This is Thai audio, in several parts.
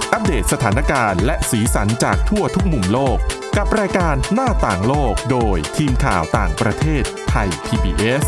อัปเดตสถานการณ์และสีสันจากทั่วทุกมุมโลกกับรายการหน้าต่างโลกโดยทีมข่าวต่างประเทศไทย PBS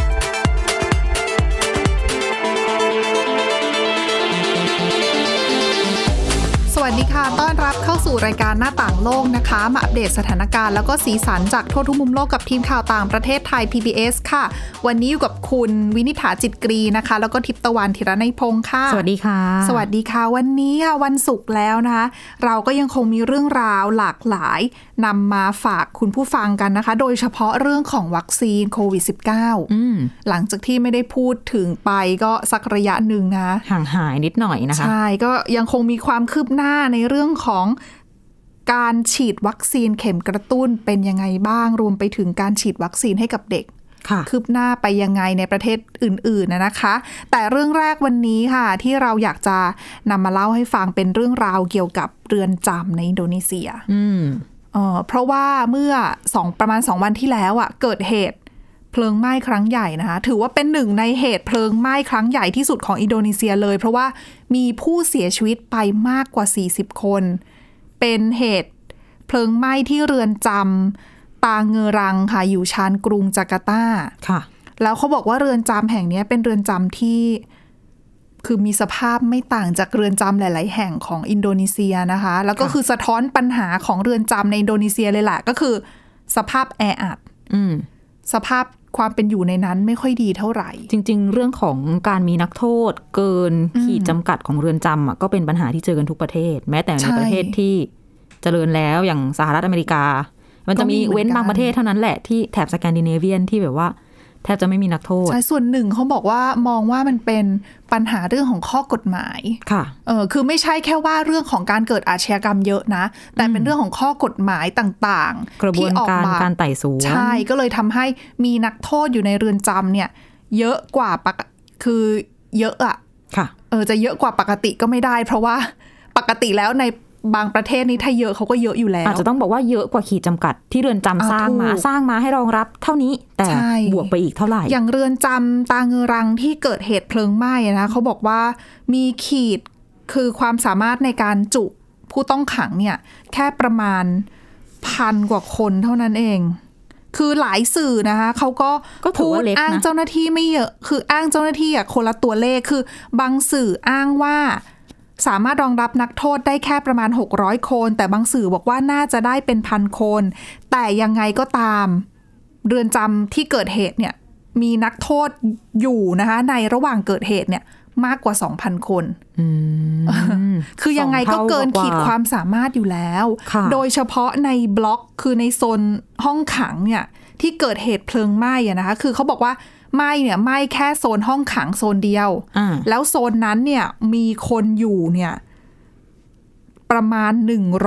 สวัสดีค่ะต้อนรับเข้าสู่รายการหน้าต่างโลกนะคะมาอัปเดตสถานการณ์แล้วก็สีสันจากทั่วทุกมุมโลกกับทีมข่าวต่างประเทศไทย PBS ค่ะวันนี้อยู่กับคุณวินิษฐาจิตกรีนะคะแล้วก็ทิพย์ตะวันธีรนัยพงค์ค่ะสวัสดีค่ะสวัสดีค่ะวันนี้วันศุกร์แล้วนะคะเราก็ยังคงมีเรื่องราวหลากหลายนำมาฝากคุณผู้ฟังกันนะคะโดยเฉพาะเรื่องของวัคซีนโควิด -19 หลังจากที่ไม่ได้พูดถึงไปก็สักระยะหนึ่งนะห่างหายนิดหน่อยนะคะใช่ก็ยังคงมีความคืบหน้าในเรื่องของการฉีดวัคซีนเข็มกระตุ้นเป็นยังไงบ้างรวมไปถึงการฉีดวัคซีนให้กับเด็กคืบหน้าไปยังไงในประเทศอื่นๆนะคะแต่เรื่องแรกวันนี้ค่ะที่เราอยากจะนำมาเล่าให้ฟังเป็นเรื่องราวเกี่ยวกับเรือนจำในอินโดนีเซียเพราะว่าเมื่อประมาณ2 วันที่แล้วเกิดเหตุเพลิงไหม้ครั้งใหญ่นะคะถือว่าเป็นหนึ่งในเหตุเพลิงไหม้ครั้งใหญ่ที่สุดของอินโดนีเซียเลยเพราะว่ามีผู้เสียชีวิตไปมากกว่า40 คนเป็นเหตุเพลิงไหม้ที่เรือนจำตาเงรังค่ะอยู่ชานกรุงจาการ์ตาค่ะแล้วเขาบอกว่าเรือนจำแห่งนี้เป็นเรือนจำที่คือมีสภาพไม่ต่างจากเรือนจำหลายๆแห่งของอินโดนีเซียนะคะแล้วก็คือสะท้อนปัญหาของเรือนจำในอินโดนีเซียเลยแหละก็คือสภาพแออัดสภาพความเป็นอยู่ในนั้นไม่ค่อยดีเท่าไหร่จริงๆเรื่องของการมีนักโทษเกินขีดจำกัดของเรือนจำก็เป็นปัญหาที่เจอกันทุกประเทศแม้แต่ในประเทศที่เจริญแล้วอย่างสหรัฐอเมริกามันจะมีเว้นบางประเทศเท่านั้นแหละที่แถบสแกนดิเนเวียนที่แบบว่าแทบจะไม่มีนักโทษใช่ส่วนหนึ่งเขาบอกว่ามองว่ามันเป็นปัญหาเรื่องของข้อกฎหมายค่ะคือไม่ใช่แค่ว่าเรื่องของการเกิดอาชญากรรมเยอะนะแต่เป็นเรื่องของข้อกฎหมายต่างๆกระบวนการไต่สวนใช่ก็เลยทำให้มีนักโทษอยู่ในเรือนจำเนี่ยเยอะกว่าคือเยอะค่ะจะเยอะกว่าปกติก็ไม่ได้เพราะว่าปกติแล้วในบางประเทศนี้ถ้าเยอะเขาก็เยอะอยู่แล้วอาจจะต้องบอกว่าเยอะกว่าขีดจำกัดที่เรือนจำสร้างมาให้รองรับเท่านี้แต่บวกไปอีกเท่าไหร่อย่างเรือนจำตาเงรังที่เกิดเหตุเพลิงไหม้นะเขาบอกว่ามีขีดคือความสามารถในการจุผู้ต้องขังเนี่ยแค่ประมาณ1,000 กว่าคนเท่านั้นเองคือหลายสื่อนะคะเขาก็พูดอ้างเจ้าหน้าที่ไม่เยอะคืออ้างเจ้าหน้าที่คนละตัวเลขคือบางสื่ออ้างว่าสามารถรองรับนักโทษได้แค่ประมาณ600 คนแต่บางสื่อบอกว่าน่าจะได้เป็น1,000 คนแต่ยังไงก็ตามเรือนจำที่เกิดเหตุเนี่ยมีนักโทษอยู่นะคะในระหว่างเกิดเหตุเนี่ยมากกว่า 2,000 คนคือยังไงก็เกินขีดความสามารถอยู่แล้วโดยเฉพาะในบล็อกคือในโซนห้องขังเนี่ยที่เกิดเหตุเพลิงไหม้นะคะคือเขาบอกว่าไหม้แค่โซนห้องขังโซนเดียวแล้วโซนนั้นเนี่ยมีคนอยู่เนี่ยประมาณ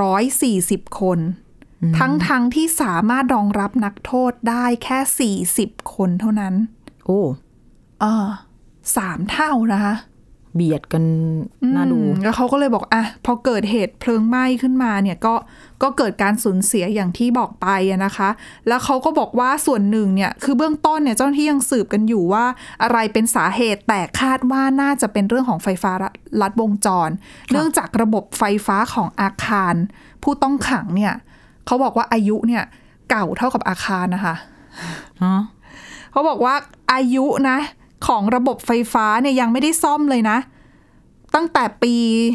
140 คนทั้งที่สามารถรองรับนักโทษได้แค่40 คนเท่านั้นโอ้ 3 เท่านะคะเบียดกันน่าดูแล้วเขาก็เลยบอกพอเกิดเหตุเพลิงไหม้ขึ้นมาเนี่ยก็เกิดการสูญเสียอย่างที่บอกไปนะคะแล้วเขาก็บอกว่าส่วนหนึ่งเนี่ยคือเบื้องต้นเนี่ยเจ้าหน้าที่ยังสืบกันอยู่ว่าอะไรเป็นสาเหตุแต่คาดว่าน่าจะเป็นเรื่องของไฟฟ้าลัดวงจรเนื่องจากระบบไฟฟ้าของอาคารผู้ต้องขังเนี่ยเขาบอกว่าอายุเนี่ยเก่าเท่ากับอาคารนะคะเขาบอกว่าอายุนะของระบบไฟฟ้าเนี่ยยังไม่ได้ซ่อมเลยนะตั้งแต่ปี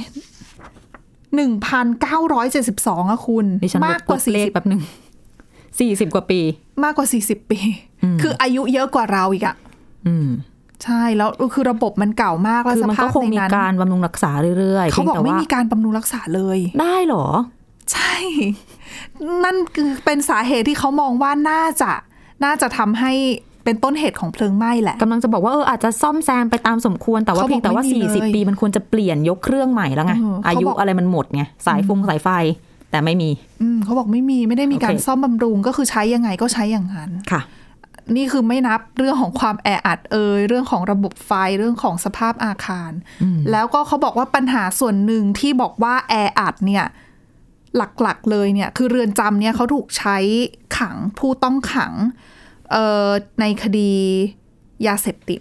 1972อะคุณมากกว่า40แบบนึง40 กว่าปีมากกว่า40 ปีคืออายุเยอะกว่าเราอีกใช่แล้วคือระบบมันเก่ามากแล้วสภาพในนั้นมันก็คงมีการบำรุงรักษาเรื่อยๆเขาบอกไม่มีการบำรุงรักษาเลยได้หรอใช่นั่นคือเป็นสาเหตุที่เขามองว่าน่าจะทำให้เป็นต้นเหตุของเพลิงไหม้แหละกำลังจะบอกว่าอาจจะซ่อมแซมไปตามสมควรแต่ว่าเพียงแต่ว่า40 ปีมันควรจะเปลี่ยนยกเครื่องใหม่แล้วไงอายุอะไรมันหมดไงสายไฟแต่ไม่มีเขาบอกไม่ได้มีการซ่อมบำรุงก็คือใช้ยังไงก็ใช้อย่างนั้นค่ะนี่คือไม่นับเรื่องของความแออัดเรื่องของระบบไฟเรื่องของสภาพอาคารแล้วก็เขาบอกว่าปัญหาส่วนหนึ่งที่บอกว่าแออัดเนี่ยหลักๆเลยเนี่ยคือเรือนจำเนี่ยเขาถูกใช้ขังผู้ต้องขังในคดียาเสพติด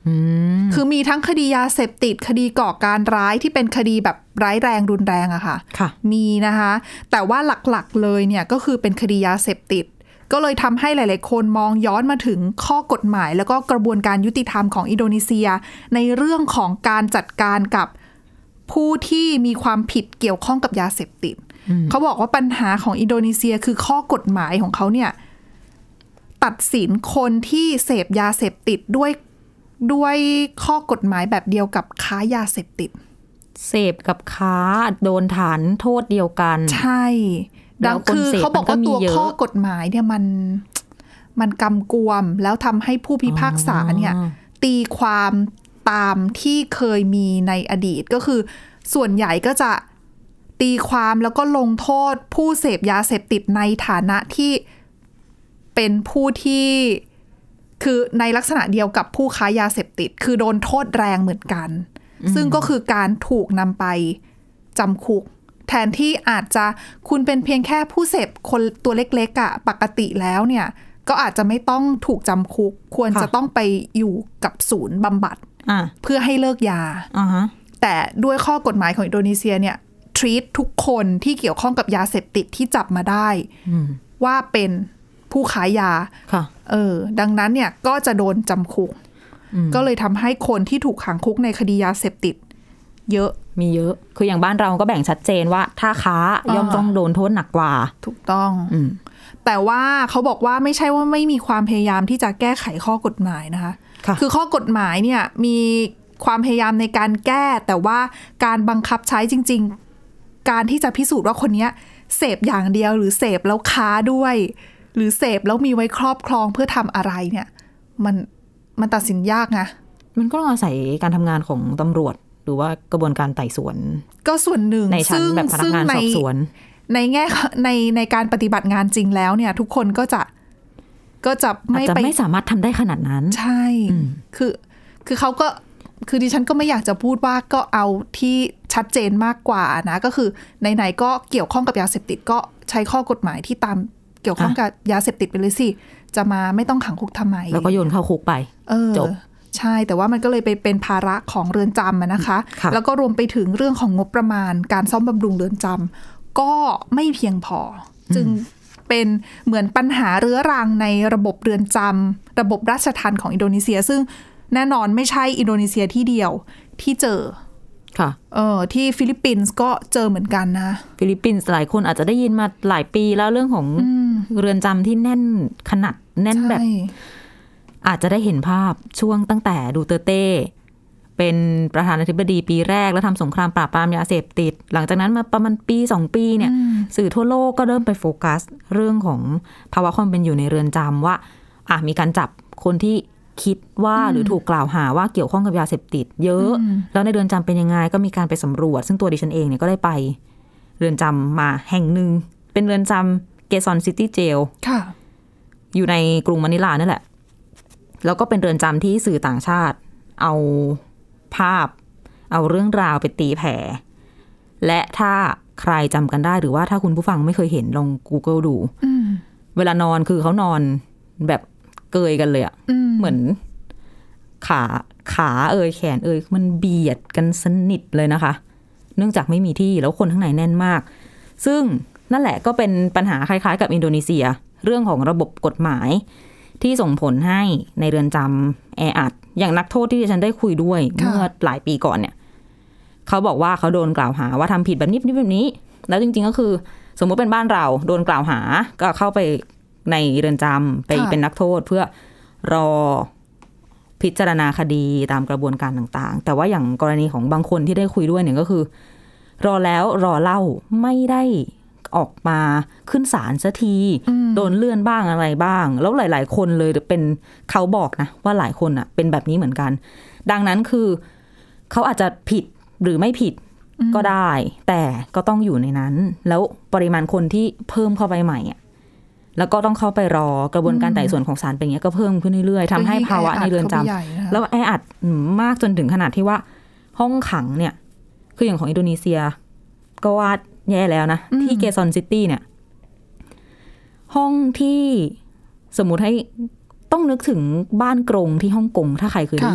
คือมีทั้งคดียาเสพติดคดีก่อการร้ายที่เป็นคดีแบบร้ายแรงรุนแรงอะค่ะมีนะคะแต่ว่าหลักๆเลยเนี่ยก็คือเป็นคดียาเสพติดก็เลยทำให้หลายๆคนมองย้อนมาถึงข้อกฎหมายแล้วก็กระบวนการยุติธรรมของอินโดนีเซียในเรื่องของการจัดการกับผู้ที่มีความผิดเกี่ยวข้องกับยาเสพติดเขาบอกว่าปัญหาของอินโดนีเซียคือข้อกฎหมายของเขาเนี่ยตัดสินคนที่เสพยาเสพติดด้วยข้อกฎหมายแบบเดียวกับค้ายาเสพติดเสพกับค้าโดนฐานโทษเดียวกันใช่ดังคือเขาบอกว่าตัวข้อกฎหมายเนี่ยมันกำกวมแล้วทำให้ผู้พิพากษาเนี่ยตีความตามที่เคยมีในอดีตก็คือส่วนใหญ่ก็จะตีความแล้วก็ลงโทษผู้เสพยาเสพติดในฐานะที่เป็นผู้ที่คือในลักษณะเดียวกับผู้ค้ายาเสพติดคือโดนโทษแรงเหมือนกันซึ่งก็คือการถูกนำไปจำคุกแทนที่อาจจะคุณเป็นเพียงแค่ผู้เสพคนตัวเล็กๆอ่ะปกติแล้วเนี่ยก็อาจจะไม่ต้องถูกจำคุกควรจะต้องไปอยู่กับศูนย์บำบัดเพื่อให้เลิกยาแต่ด้วยข้อกฎหมายของอินโดนีเซียเนี่ยtreat ทุกคนที่เกี่ยวข้องกับยาเสพติดที่จับมาได้ว่าเป็นผู้ขายยาดังนั้นเนี่ยก็จะโดนจำคุกก็เลยทำให้คนที่ถูกขังคุกในคดียาเสพติดเยอะมีเยอะคืออย่างบ้านเราก็แบ่งชัดเจนว่าถ้าค้าย่อมต้องโดนโทษหนักกว่าถูกต้องแต่ว่าเขาบอกว่าไม่ใช่ว่าไม่มีความพยายามที่จะแก้ไขข้อกฎหมายนะคะคือข้อกฎหมายเนี่ยมีความพยายามในการแก้แต่ว่าการบังคับใช้จริงๆการที่จะพิสูจน์ว่าคนนี้เสพอย่างเดียวหรือเสพแล้วค้าด้วยหรือเสพแล้วมีไว้ครอบครองเพื่อทำอะไรเนี่ยมันตัดสินยากนะมันก็ต้องอาศัยการทำงานของตำรวจหรือว่ากระบวนการไต่สวนก็ส่วนหนึ่งในชั้นแบบพนักงานสอบสวนในแง่ในการปฏิบัติงานจริงแล้วเนี่ยทุกคนก็จะไม่สามารถทำได้ขนาดนั้นใช่คือเขาก็คือดิฉันก็ไม่อยากจะพูดว่าก็เอาที่ชัดเจนมากกว่านะก็คือไหนๆก็เกี่ยวข้องกับยาเสพติดก็ใช้ข้อกฎหมายที่ตามเกี่ยวข้องกับยาเสพติดไปเลยสิจะมาไม่ต้องขังคุกทำไมแล้วก็โยนเข้าคุกไปจบใช่แต่ว่ามันก็เลยไปเป็นภาระของเรือนจำนะคะแล้วก็รวมไปถึงเรื่องของงบประมาณการซ่อมบำรุงเรือนจำก็ไม่เพียงพอจึงเป็นเหมือนปัญหาเรื้อรังในระบบเรือนจำระบบราชทัณฑ์ของอินโดนีเซียซึ่งแน่นอนไม่ใช่อินโดนีเซียที่เดียวที่เจอค่ะที่ฟิลิปปินส์ก็เจอเหมือนกันนะฟิลิปปินส์หลายคนอาจจะได้ยินมาหลายปีแล้วเรื่องของเรือนจำที่แน่นขนาดแน่นแบบอาจจะได้เห็นภาพช่วงตั้งแต่ดูเตอร์เต้เป็นประธานาธิบดีปีแรกแล้วทำสงครามปราบปรามยาเสพติดหลังจากนั้นมาประมาณปี2ปีเนี่ยสื่อทั่วโลกก็เริ่มไปโฟกัสเรื่องของภาวะความเป็นอยู่ในเรือนจำว่ามีการจับคนที่คิดว่าหรือถูกกล่าวหาว่าเกี่ยวข้องกับยาเสพติดเยอะแล้วในเรือนจำเป็นยังไงก็มีการไปสำรวจซึ่งตัวดิฉันเองเนี่ยก็ได้ไปเรือนจำมาแห่งหนึ่งเป็นเรือนจำเกซอนซิตี้เจลอยู่ในกรุงมะนิลานั่นแหละแล้วก็เป็นเรือนจำที่สื่อต่างชาติเอาภาพเอาเรื่องราวไปตีแผ่และถ้าใครจำกันได้หรือว่าถ้าคุณผู้ฟังไม่เคยเห็นลอง Google ดูเวลานอนคือเขานอนแบบเกยกันเลยเหมือนขาแขนมันเบียดกันสนิทเลยนะคะเนื่องจากไม่มีที่แล้วคนข้างในแน่นมากซึ่งนั่นแหละก็เป็นปัญหาคล้ายๆกับอินโดนีเซียเรื่องของระบบกฎหมายที่ส่งผลให้ในเรือนจำแออัดอย่างนักโทษที่ดิฉันได้คุยด้วยเมื่อหลายปีก่อนเนี่ยเขาบอกว่าเขาโดนกล่าวหาว่าทำผิดแบบนี้แบบนี้แล้วจริงๆก็คือสมมติเป็นบ้านเราโดนกล่าวหาก็เข้าไปในเรือนจำไปเป็นนักโทษเพื่อรอพิจารณาคดีตามกระบวนการต่างๆแต่ว่าอย่างกรณีของบางคนที่ได้คุยด้วยเนี่ยก็คือรอแล้วรอเล่าไม่ได้ออกมาขึ้นศาลสักทีโดนเลื่อนบ้างอะไรบ้างแล้วหลายๆคนเลยเป็นเขาบอกนะว่าหลายคนอ่ะเป็นแบบนี้เหมือนกันดังนั้นคือเขาอาจจะผิดหรือไม่ผิดก็ได้แต่ก็ต้องอยู่ในนั้นแล้วปริมาณคนที่เพิ่มเข้าไปใหม่อ่ะแล้วก็ต้องเข้าไปรอกระบวนการไต่สวนของศาลเป็นอย่างนี้ก็เพิ่มขึ้นเรื่อยๆทำให้ภาวะในเรือนจำแล้วแออัดมากจนถึงขนาดที่ว่าห้องขังเนี่ยคืออย่างของอินโดนีเซียก็ว่าแย่แล้วนะที่เกซอนซิตี้เนี่ยห้องที่สมมุติให้ต้องนึกถึงบ้านกรงที่ฮ่องกงถ้าใครเคยได้ยิน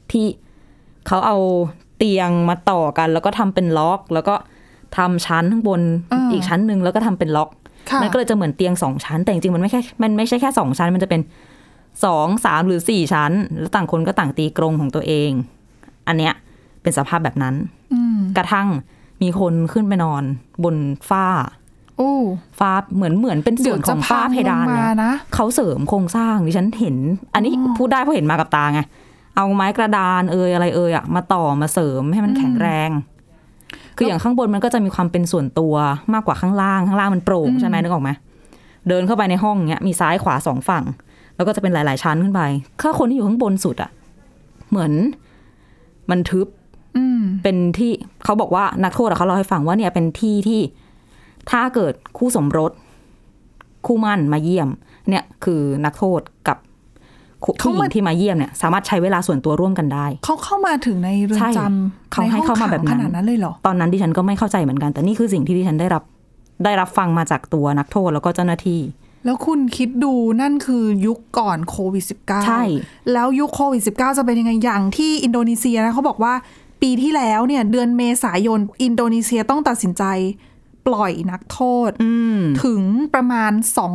ที่เขาเอาเตียงมาต่อกันแล้วก็ทำเป็นล็อกแล้วก็ทำชั้นข้างบนอีกชั้นนึงแล้วก็ทำเป็นล็อกมันก็เลยจะเหมือนเตียง2ชั้นแต่จริงๆมันไม่ใช่แค่2ชั้นมันจะเป็น2 3หรือ4ชั้นแล้วต่างคนก็ต่างตีกรงของตัวเองอันเนี้ยเป็นสภาพแบบนั้นกระทั่งมีคนขึ้นไปนอนบนฝ้าเหมือนเป็นส่วนของฝ้าเพดานเลยเขาเสริมโครงสร้างดิฉันเห็นอันนี้พูดได้เพราะเห็นมากับตาไงเอาไม้กระดานอะไรอะมาต่อมาเสริมให้มันแข็งแรงคืออย่างข้างบนมันก็จะมีความเป็นส่วนตัวมากกว่าข้างล่างมันโปร่งใช่ไหมนึกออกไหมเดินเข้าไปในห้องเนี้ยมีซ้ายขวา2ฝั่งแล้วก็จะเป็นหลายๆชั้นขึ้นไปถ้าคนที่อยู่ข้างบนสุดอะเหมือนมันทึบเป็นที่เขาบอกว่านักโทษเขาเล่าให้ฟังว่าเนี่ยเป็นที่ถ้าเกิดคู่สมรสคู่มั่นมาเยี่ยมเนี่ยคือนักโทษกับผู้หญิงที่มาเยี่ยมเนี่ยสามารถใช้เวลาส่วนตัวร่วมกันได้เขาเข้ามาถึงในเรือนจำเขาให้เข้ามาแบบนั้นเลยเหรอตอนนั้นดิฉันก็ไม่เข้าใจเหมือนกันแต่นี่คือสิ่งที่ดิฉันได้รับฟังมาจากตัวนักโทษแล้วก็เจ้าหน้าที่แล้วคุณคิดดูนั่นคือยุคก่อนโควิด -19 ใช่แล้วยุคโควิด -19 จะเป็นยังไงอย่างที่อินโดนีเซียนะเขาบอกว่าปีที่แล้วเนี่ยเดือนเมษายนอินโดนีเซียต้องตัดสินใจปล่อยนักโทษถึงประมาณ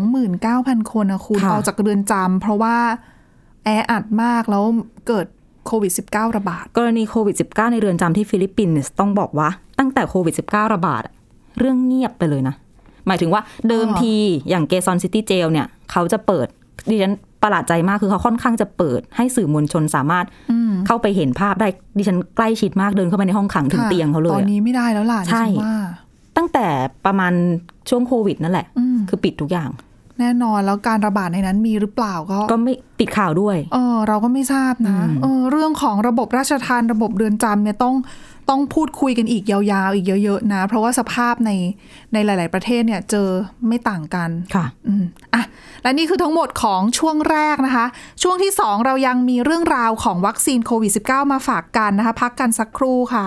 29,000 คนนะคุณออกจากเรือนจำเพราะว่าแออัดมากแล้วเกิดโควิด -19 ระบาดกรณีโควิด -19 ในเรือนจำที่ฟิลิปปินส์ต้องบอกว่าตั้งแต่โควิด -19 ระบาดเรื่องเงียบไปเลยนะหมายถึงว่าเดิมทีอย่างเกซอนซิตี้เจลเนี่ยเขาจะเปิดดิฉันประหลาดใจมากคือเขาค่อนข้างจะเปิดให้สื่อมวลชนสามารถเข้าไปเห็นภาพได้ดิฉันใกล้ชิดมากเดินเข้าไปในห้องขังถึงเตียงเขาเลยตอนนี้ไม่ได้แล้วล่ะใช่ตั้งแต่ประมาณช่วงโควิดนั่นแหละคือปิดทุกอย่างแน่นอนแล้วการระบาดในนั้นมีหรือเปล่าก็ไม่ปิดข่าวด้วยเราก็ไม่ทราบนะเรื่องของระบบราชทัณฑ์ระบบเรือนจำเนี่ยต้องพูดคุยกันอีกยาวๆอีกเยอะๆนะเพราะว่าสภาพในหลายๆประเทศเนี่ยเจอไม่ต่างกันค่ะและนี่คือทั้งหมดของช่วงแรกนะคะช่วงที่2เรายังมีเรื่องราวของวัคซีนโควิด -19 มาฝากกันนะคะพักกันสักครู่ค่ะ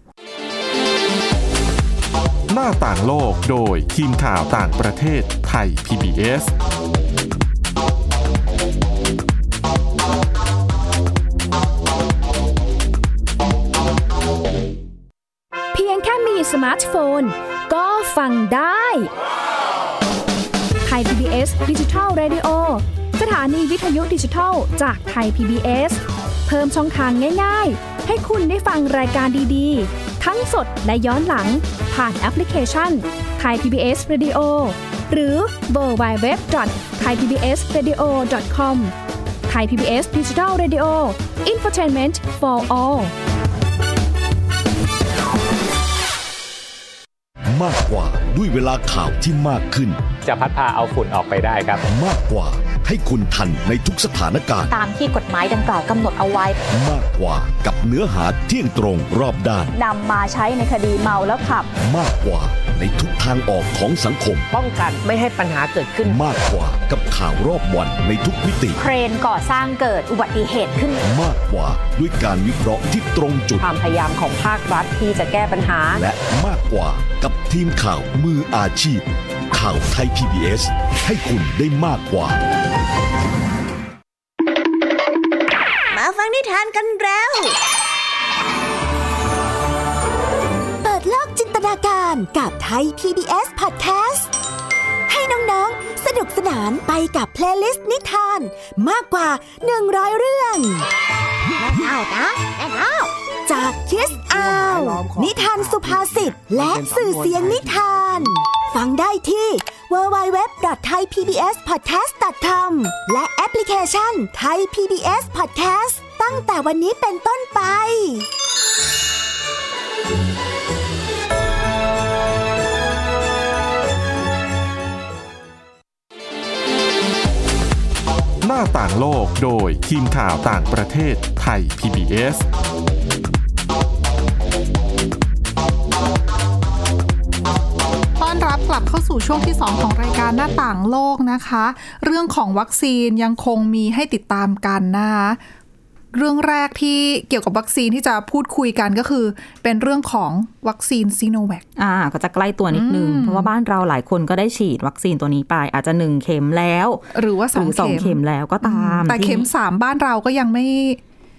หน้าต่างโลกโดยทีมข่าวต่างประเทศไทย PBS เพียงแค่มีสมาร์ทโฟนก็ฟังได้ไทย PBS Digital Radio สถานีวิทยุดิจิทัลจากไทย PBS เพิ่มช่องทางง่ายๆให้คุณได้ฟังรายการดีๆทั้งสดและย้อนหลังผ่านแอปพลิเคชัน Thai PBS Radio หรือ www.thaipbsradio.com Thai PBS Digital Radio Infotainment for all มากกว่าด้วยเวลาข่าวที่มากขึ้นจะพัดพาเอาฝุ่นออกไปได้ครับมากกว่าให้คุณทันในทุกสถานการณ์ตามที่กฎหมายดังกล่าวกำหนดเอาไว้มากกว่ากับเนื้อหาเที่ยงตรงรอบด้านนำมาใช้ในคดีเมาแล้วขับมากกว่าในทุกทางออกของสังคมป้องกันไม่ให้ปัญหาเกิดขึ้นมากกว่ากับข่าวรอบวันในทุกมิติเครนก่อสร้างเกิดอุบัติเหตุขึ้นมากกว่าด้วยการวิเคราะห์ที่ตรงจุดความพยายามของภาครัฐที่จะแก้ปัญหาและมากกว่ากับทีมข่าวมืออาชีพข่าวไทย PBS ให้คุณได้มากกว่ามาฟังนิทานกันแล้วเปิดโลกจินตนาการกับไทย PBS Podcast ให้น้องๆสนุกสนานไปกับเพลย์ลิสต์นิทานมากกว่า100เรื่องจาก Kids Out นิทานสุภาษิตและสื่อเสียงนิทานฟังได้ที่ www.thaipbspodcast.com และแอปพลิเคชัน Thai PBS Podcast ตั้งแต่วันนี้เป็นต้นไปหน้าต่างโลกโดยทีมข่าวต่างประเทศไทย PBS ต้อนรับกลับเข้าสู่ช่วงที่2ของรายการหน้าต่างโลกนะคะเรื่องของวัคซีนยังคงมีให้ติดตามกันนะคะเรื่องแรกที่เกี่ยวกับวัคซีนที่จะพูดคุยกันก็คือเป็นเรื่องของวัคซีนซิโนแวคก็จะใกล้ตัวนิดนึงเพราะว่าบ้านเราหลายคนก็ได้ฉีดวัคซีนตัวนี้ไปอาจจะ1เข็มแล้วหรือว่า2เข็มแล้วก็ตามแต่เข็ม3บ้านเราก็ยัง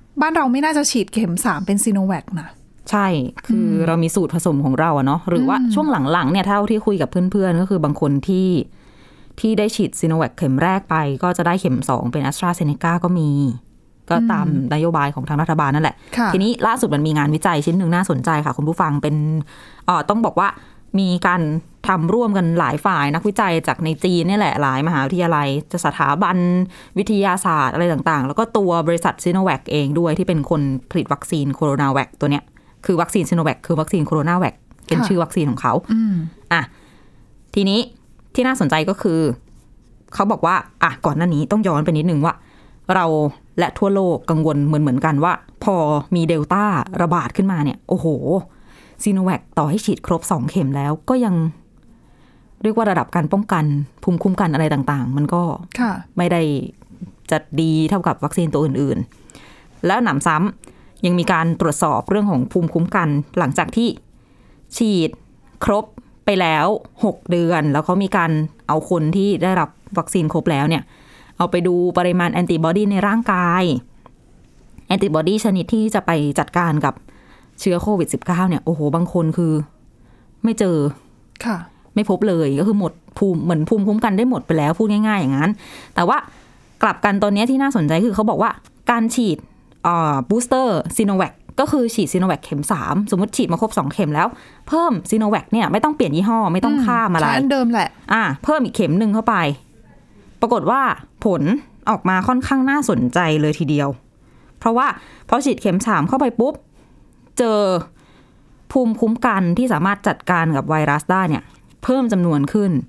บ้านเราไม่น่าจะฉีดเข็ม3เป็นซีโนแวคนะใช่คือเรามีสูตรผสมของเราอะเนาะหรือว่าช่วงหลังๆเนี่ยเท่าที่คุยกับเพื่อนๆก็คือบางคนที่ได้ฉีดซีโนแวคเข็มแรกไปก็จะได้เข็ม2เป็นแอสตราเซเนกาก็มีก็ตามนโยบายของทางรัฐบาลนั่นแหละทีนี้ล่าสุดมันมีงานวิจัยชิ้นหนึ่งน่าสนใจค่ะคุณผู้ฟังเป็นต้องบอกว่ามีการทำร่วมกันหลายฝ่ายนักวิจัยจากในจีนนี่แหละหลายมหาวิทยาลัยจะสถาบันวิทยาศาสตร์อะไรต่างๆแล้วก็ตัวบริษัทซีโนแวคเองด้วยที่เป็นคนผลิตวัคซีนโคโรนาแวคตัวเนี้ยคือวัคซีนซีโนแวคคือวัคซีนโคโรนาแวคเป็นชื่อวัคซีนของเขาทีนี้ที่น่าสนใจก็คือเขาบอกว่าก่อนหน้านี้ต้องย้อนไปนิดนึงว่าเราและทั่วโลกกังวลเหมือนกันว่าพอมีเดลต้าระบาดขึ้นมาเนี่ยโอ้โหซีโนแวคต่อให้ฉีดครบ2เข็มแล้วก็ยังเรียกว่าระดับการป้องกันภูมิคุ้มกันอะไรต่างๆมันก็ไม่ได้จะดีเท่ากับวัคซีนตัวอื่นๆแล้วหนำซ้ำยังมีการตรวจสอบเรื่องของภูมิคุ้มกันหลังจากที่ฉีดครบไปแล้ว6เดือนแล้วเขามีการเอาคนที่ได้รับวัคซีนครบแล้วเนี่ยเอาไปดูปริมาณแอนติบอดีในร่างกายแอนติบอดีชนิดที่จะไปจัดการกับเชื้อโควิด -19 เนี่ยโอ้โหบางคนคือไม่เจอไม่พบเลยก็คือหมดภูมิเหมือนภูมิคุ้มกันได้หมดไปแล้วพูดง่ายๆอย่างนั้นแต่ว่ากลับกันตอนนี้ที่น่าสนใจคือเขาบอกว่าการฉีดบูสเตอร์ซีโนแวคก็คือฉีดซีโนแวคเข็ม3สมมติฉีดมาครบ2เข็มแล้วเพิ่มซีโนแวคเนี่ยไม่ต้องเปลี่ยนยี่ห้อไม่ต้องข้ามอะไรอันเดิมแหละเพิ่มอีกเข็มนึงเข้าไปปรากฏว่าผลออกมาค่อนข้างน่าสนใจเลยทีเดียวเพราะว่าพอฉีดเข็ม3เข้าไปปุ๊บเจอภูมิคุ้มกันที่สามารถจัดการกับไวรัสได้เนี่ยเพิ่มจำนวนขึ้น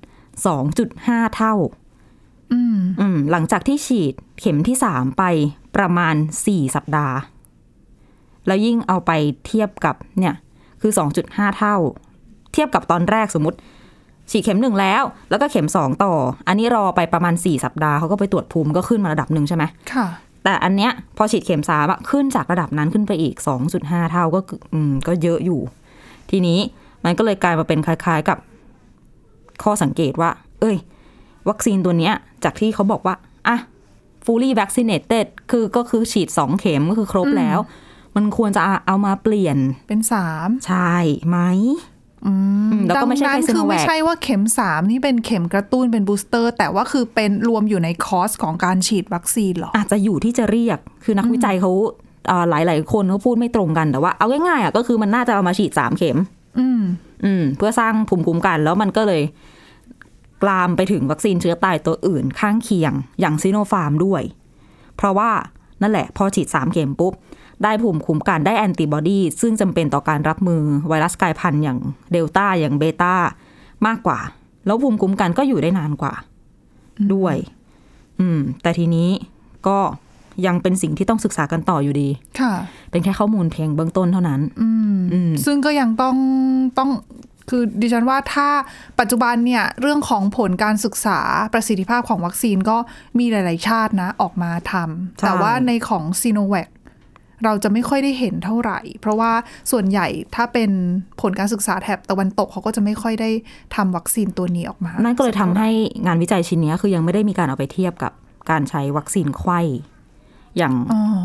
2.5 เท่าหลังจากที่ฉีดเข็มที่3ไปประมาณ4สัปดาห์แล้วยิ่งเอาไปเทียบกับเนี่ยคือ 2.5 เท่าเทียบกับตอนแรกสมมติฉีดเข็ม1แล้วก็เข็ม2ต่ออันนี้รอไปประมาณ4สัปดาห์เขาก็ไปตรวจภูมิก็ขึ้นมาระดับนึงใช่ไหมค่ะแต่อันเนี้ยพอฉีดเข็ม3ขึ้นจากระดับนั้นขึ้นไปอีก 2.5 เท่าก็เยอะอยู่ทีนี้มันก็เลยกลายมาเป็นคล้ายๆกับข้อสังเกตว่าวัคซีนตัวเนี้ยจากที่เขาบอกว่าfully vaccinated ก็คือฉีด2เข็มก็คือครบแล้วมันควรจะเอามาเปลี่ยนเป็น3 ใช่ไหมแล้วก็ไม่ใช่แค่ซีโนแวคคือไม่ใช่ว่าเข็ม3นี่เป็นเข็มกระตุ้นเป็นบูสเตอร์แต่ว่าคือเป็นรวมอยู่ในคอร์สของการฉีดวัคซีนหรออาจจะอยู่ที่จะเรียกคือนักวิจัยเขาหลายๆคนเขาพูดไม่ตรงกันแต่ว่าเอาง่ายๆก็คือมันน่าจะเอามาฉีด3เข็มเพื่อสร้างภูมิคุ้มกันแล้วมันก็เลยกลามไปถึงวัคซีนเชื้อตายตัวอื่นข้างเคียงอย่างซิโนฟาร์มด้วยเพราะว่านั่นแหละพอฉีด3เข็มปุ๊บได้ภูมิคุ้มกันได้แอนติบอดีซึ่งจำเป็นต่อการรับมือไวรัสกลายพันธุ์อย่างเดลต้าอย่างเบต้ามากกว่าแล้วภูมิคุ้มกันก็อยู่ได้นานกว่าด้วยแต่ทีนี้ก็ยังเป็นสิ่งที่ต้องศึกษากันต่ออยู่ดีค่ะเป็นแค่ข้อมูลเพียงเบื้องต้นเท่านั้นซึ่งก็ยังต้องคือดิฉันว่าถ้าปัจจุบันเนี่ยเรื่องของผลการศึกษาประสิทธิภาพของวัคซีนก็มีหลายๆชาตินะออกมาทำแต่ว่าในของซีโนแวคเราจะไม่ค่อยได้เห็นเท่าไหร่เพราะว่าส่วนใหญ่ถ้าเป็นผลการศึกษาแถบตะวันตกเขาก็จะไม่ค่อยได้ทำวัคซีนตัวนี้ออกมานั่นก็เลยทำให้งานวิจัยชิ้นนี้คือยังไม่ได้มีการเอาไปเทียบกับการใช้วัคซีนไข้อย่าง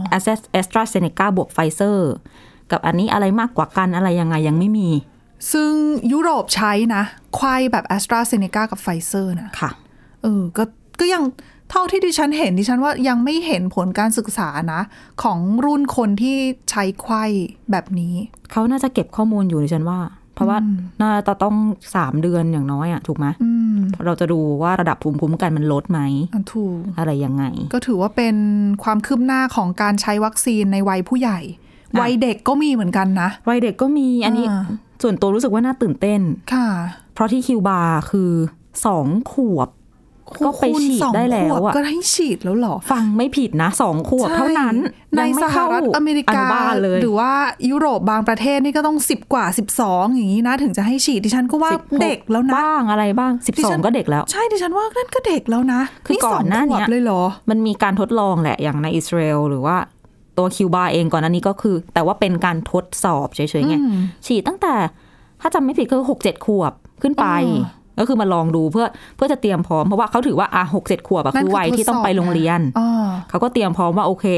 AstraZeneca บวก Pfizer กับอันนี้อะไรมากกว่ากันอะไรยังไงยังไม่มีซึ่งยุโรปใช้นะไข้แบบ AstraZeneca กับ Pfizer นะค่ะก็ยังเท่าที่ดิฉันเห็นดิฉันว่ายังไม่เห็นผลการศึกษานะของรุ่นคนที่ใช้ไข้แบบนี้เขาน่าจะเก็บข้อมูลอยู่ดิฉันว่าเพราะว่าน่าจะต้อง3เดือนอย่างน้อยถูกไหมเราจะดูว่าระดับภูมิคุ้มกันมันลดไหมถูกอะไรยังไงก็ถือว่าเป็นความคืบหน้าของการใช้วัคซีนในวัยผู้ใหญ่วัยเด็กก็มีเหมือนกันนะวัยเด็กก็มีอันนี้ส่วนตัวรู้สึกว่าน่าตื่นเต้นค่ะเพราะที่คิวบาคือ2ขวบก็ไปฉีดได้แล้วก็ให้ฉีดแล้วหรอฟังไม่ผิดนะ2ขวบเท่านั้นในสหรัฐอเมริกาหรือว่ายุโรปบางประเทศนี่ก็ต้อง10กว่า12อย่างนี้นะถึงจะให้ฉีดดิฉันก็ว่าเด็กแล้วนะบ้างอะไรบ้าง12ก็เด็กแล้วใช่ดิฉันว่านั่นก็เด็กแล้วนะคือก่อนหน้านี้เลยเหรอมันมีการทดลองแหละอย่างในอิสราเอลหรือว่าตัวคิวบาเองก่อนหน้านี้ก็คือแต่ว่าเป็นการทดสอบเฉยๆไงฉีดตั้งแต่ถ้าจำไม่ผิดก็ 6-7 ขวบขึ้นไปก็คือมาลองดูเพื่อจะเตรียมพร้อมเพราะว่าเขาถือว่า6-7 ขวบคือวัยที่ต้องไปโรงเรียนเขาก็เตรียมพร้อมว่าโอเค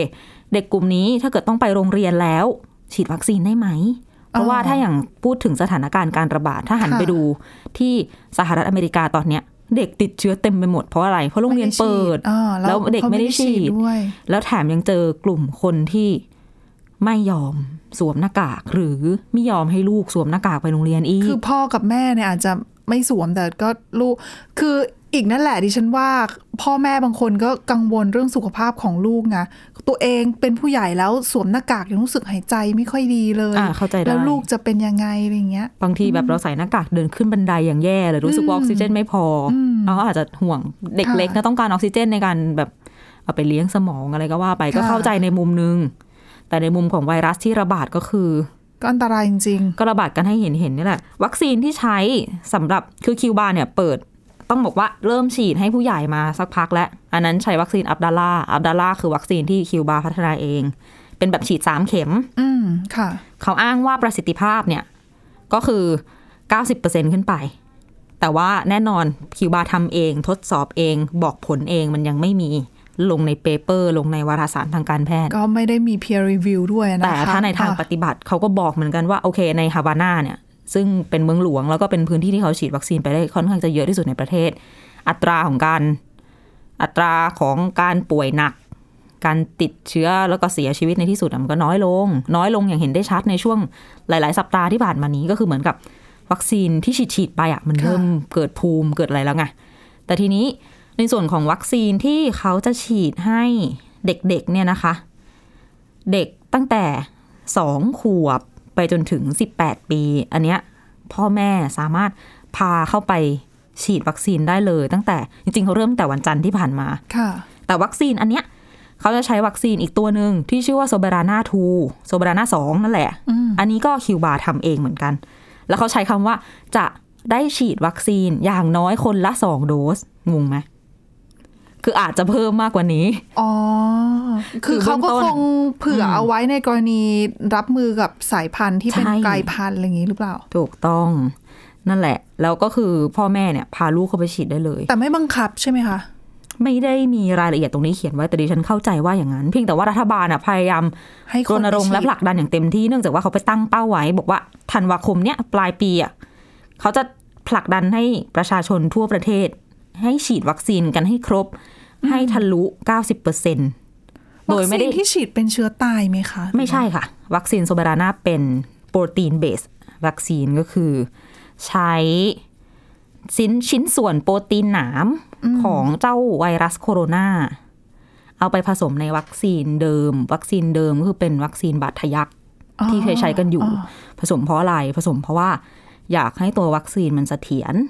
เด็กกลุ่มนี้ถ้าเกิดต้องไปโรงเรียนแล้วฉีดวัคซีนได้ไหมเพราะว่าถ้าอย่างพูดถึงสถานการณ์การระบาดถ้าหันไปดูที่สหรัฐอเมริกาตอนเนี้ยเด็กติดเชื้อเต็มไปหมดเพราะอะไรเพราะโรงเรียนเปิดแล้วเด็กไม่ได้ฉีดแล้วแถมยังเจอกลุ่มคนที่ไม่ยอมสวมหน้ากากหรือไม่ยอมให้ลูกสวมหน้ากากไปโรงเรียนอีกคือพ่อกับแม่เนี่ยอาจจะไม่สวมแต่ก็ลูกคืออีกนั่นแหละดิฉันว่าพ่อแม่บางคนก็กังวลเรื่องสุขภาพของลูกนะตัวเองเป็นผู้ใหญ่แล้วสวมหน้ากากยังรู้สึกหายใจไม่ค่อยดีเลยเข้าใจได้แล้วลูกจะเป็นยังไงอะไรเงี้ยบางทีแบบเราใส่หน้ากากเดินขึ้นบันไดอย่างแย่เลยรู้สึกว่าออกซิเจนไม่พอเราก็อาจจะห่วงเด็กเล็กนะต้องการออกซิเจนในการแบบเอาไปเลี้ยงสมองอะไรก็ว่าไปก็เข้าใจในมุมนึงแต่ในมุมของไวรัสที่ระบาดก็คือก็อันตรายจริงๆก็ระบาดกันให้เห็นนี่แหละวัคซีนที่ใช้สำหรับคือคิวบาเนี่ยเปิดต้องบอกว่าเริ่มฉีดให้ผู้ใหญ่มาสักพักแล้วอันนั้นใช้วัคซีนอับดาล่าคือวัคซีนที่คิวบาพัฒนาเองเป็นแบบฉีด3เข็มค่ะเขาอ้างว่าประสิทธิภาพเนี่ยก็คือ 90% ขึ้นไปแต่ว่าแน่นอนคิวบาทำเองทดสอบเองบอกผลเองมันยังไม่มีลงในเปเปอร์ลงในวารสารทางการแพทย์ก็ไม่ได้มี peer review ด้วยนะคะแต่ถ้าในทางปฏิบัติเขาก็บอกเหมือนกันว่าโอเคในฮาวาน่าเนี่ยซึ่งเป็นเมืองหลวงแล้วก็เป็นพื้นที่ที่เขาฉีดวัคซีนไปได้ค่อนข้างจะเยอะที่สุดในประเทศอัตราของการป่วยหนักการติดเชื้อแล้วก็เสียชีวิตในที่สุดมันก็น้อยลงอย่างเห็นได้ชัดในช่วงหลายๆสัปดาห์ที่ผ่านมานี้ก็คือเหมือนกับวัคซีนที่ฉีดไปมันเริ่มเกิดภูมิเกิดอะไรแล้วไงแต่ทีนี้ในส่วนของวัคซีนที่เขาจะฉีดให้เด็กๆเนี่ยนะคะเด็กตั้งแต่2 ขวบไปจนถึง18 ปีอันเนี้ยพ่อแม่สามารถพาเข้าไปฉีดวัคซีนได้เลยตั้งแต่จริงๆเขาเริ่มแต่วันจันทร์ที่ผ่านมาแต่วัคซีนอันเนี้ยเขาจะใช้วัคซีนอีกตัวหนึ่งที่ชื่อว่าโซเบราน่า2โซเบราน่า2นั่นแหละอันนี้ก็คิวบาทำเองเหมือนกันแล้วเขาใช้คำว่าจะได้ฉีดวัคซีนอย่างน้อยคนละ2 โดสงงไหมคืออาจจะเพิ่มมากกว่านี้คือเขาก็คงเผื่อเอาไว้ในกรณีรับมือกับสายพันธุ์ที่เป็นกลายพันธุ์อะไรอย่างนี้หรือเปล่าถูกต้องนั่นแหละแล้วก็คือพ่อแม่เนี่ยพาลูกเข้าไปฉีดได้เลยแต่ไม่บังคับใช่ไหมคะไม่ได้มีรายละเอียดตรงนี้เขียนไว้แต่ดิฉันเข้าใจว่าอย่างนั้นเพียงแต่ว่ารัฐบาลพยายามรณรงค์และผลักดันอย่างเต็มที่เนื่องจากว่าเขาไปตั้งเป้าไว้บอกว่าธันวาคมเนี้ยปลายปีเขาจะผลักดันให้ประชาชนทั่วประเทศให้ฉีดวัคซีนกันให้ครบให้ทะลุ 90% โดยไม่ได้ที่ฉีดเป็นเชื้อตายไหมคะไม่ใช่ค่ะวัคซีนโซเบราน่าเป็นโปรตีนเบสวัคซีนก็คือใช้ชิ้นส่วนโปรตีนหนามของเจ้าไวรัสโคโรนาเอาไปผสมในวัคซีนเดิมก็คือเป็นวัคซีนบาดทะยักที่เคยใช้กันอยู่ผสมเพราะอะไรผสมเพราะว่าอยากให้ตัววัคซีนมันเสถียร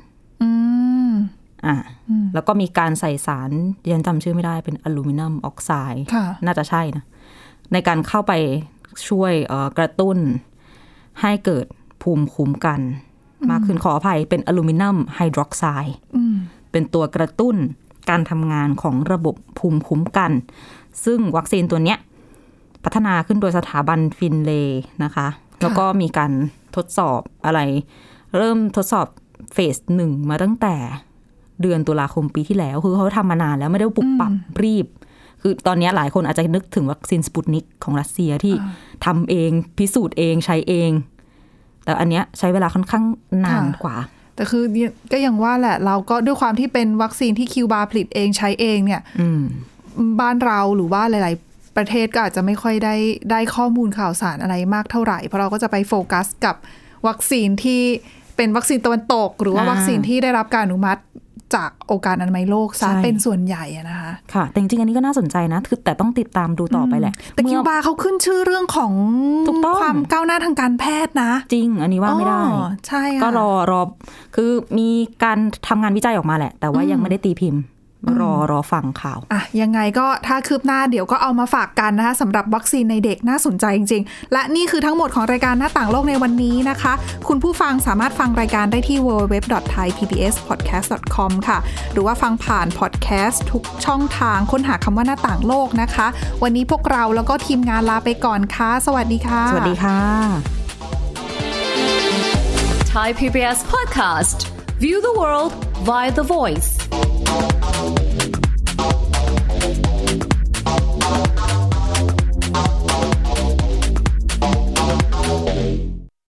แล้วก็มีการใส่สารยันจำชื่อไม่ได้เป็นอลูมิเนียมออกไซด์น่าจะใช่นะในการเข้าไปช่วยกระตุ้นให้เกิดภูมิคุ้มกันมากขึ้นขออภัยเป็นอลูมิเนียมไฮดรอกไซด์เป็นตัวกระตุ้นการทำงานของระบบภูมิคุ้มกันซึ่งวัคซีนตัวเนี้ยพัฒนาขึ้นโดยสถาบันฟินเลย์นะคะแล้วก็มีการทดสอบอะไรเริ่มทดสอบเฟส 1มาตั้งแต่เดือนตุลาคมปีที่แล้วคือเขาทำมานานแล้วไม่ได้ปุบปับรีบคือตอนนี้หลายคนอาจจะนึกถึงวัคซีนสปุตนิกของรัสเซียที่ทำเองพิสูจน์เองใช้เองแต่อันเนี้ยใช้เวลาค่อนข้างนานกว่าแต่คือก็อย่างว่าแหละเราก็ด้วยความที่เป็นวัคซีนที่คิวบาผลิตเองใช้เองเนี่ยบ้านเราหรือว่าหลายๆประเทศก็อาจจะไม่ค่อยได้ข้อมูลข่าวสารอะไรมากเท่าไหร่เพราะเราก็จะไปโฟกัสกับวัคซีนที่เป็นวัคซีนตะวันตกหรือว่าวัคซีนที่ได้รับการอนุมัติจากองค์การอนามัยโลกซะเป็นส่วนใหญ่นะคะค่ะแต่จริงๆอันนี้ก็น่าสนใจนะคือแต่ต้องติดตามดูต่อไปแหละแต่คิวบาเขาขึ้นชื่อเรื่องของความก้าวหน้าทางการแพทย์นะจริงอันนี้ว่าไม่ได้ใช่ค่ะก็รอคือมีการทำงานวิจัยออกมาแหละแต่ว่ายังไม่ได้ตีพิมพ์รอฟังข่าวยังไงก็ถ้าคืบหน้าเดี๋ยวก็เอามาฝากกันนะคะสำหรับวัคซีนในเด็กน่าสนใจจริงๆและนี่คือทั้งหมดของรายการหน้าต่างโลกในวันนี้นะคะคุณผู้ฟังสามารถฟังรายการได้ที่ www.thaipbspodcast.com ค่ะหรือว่าฟังผ่านพอดแคสต์ทุกช่องทางค้นหาคำว่าหน้าต่างโลกนะคะวันนี้พวกเราแล้วก็ทีมงานลาไปก่อนค่ะสวัสดีค่ะสวัสดีค่ะ Thai PBS Podcast View the world via the voice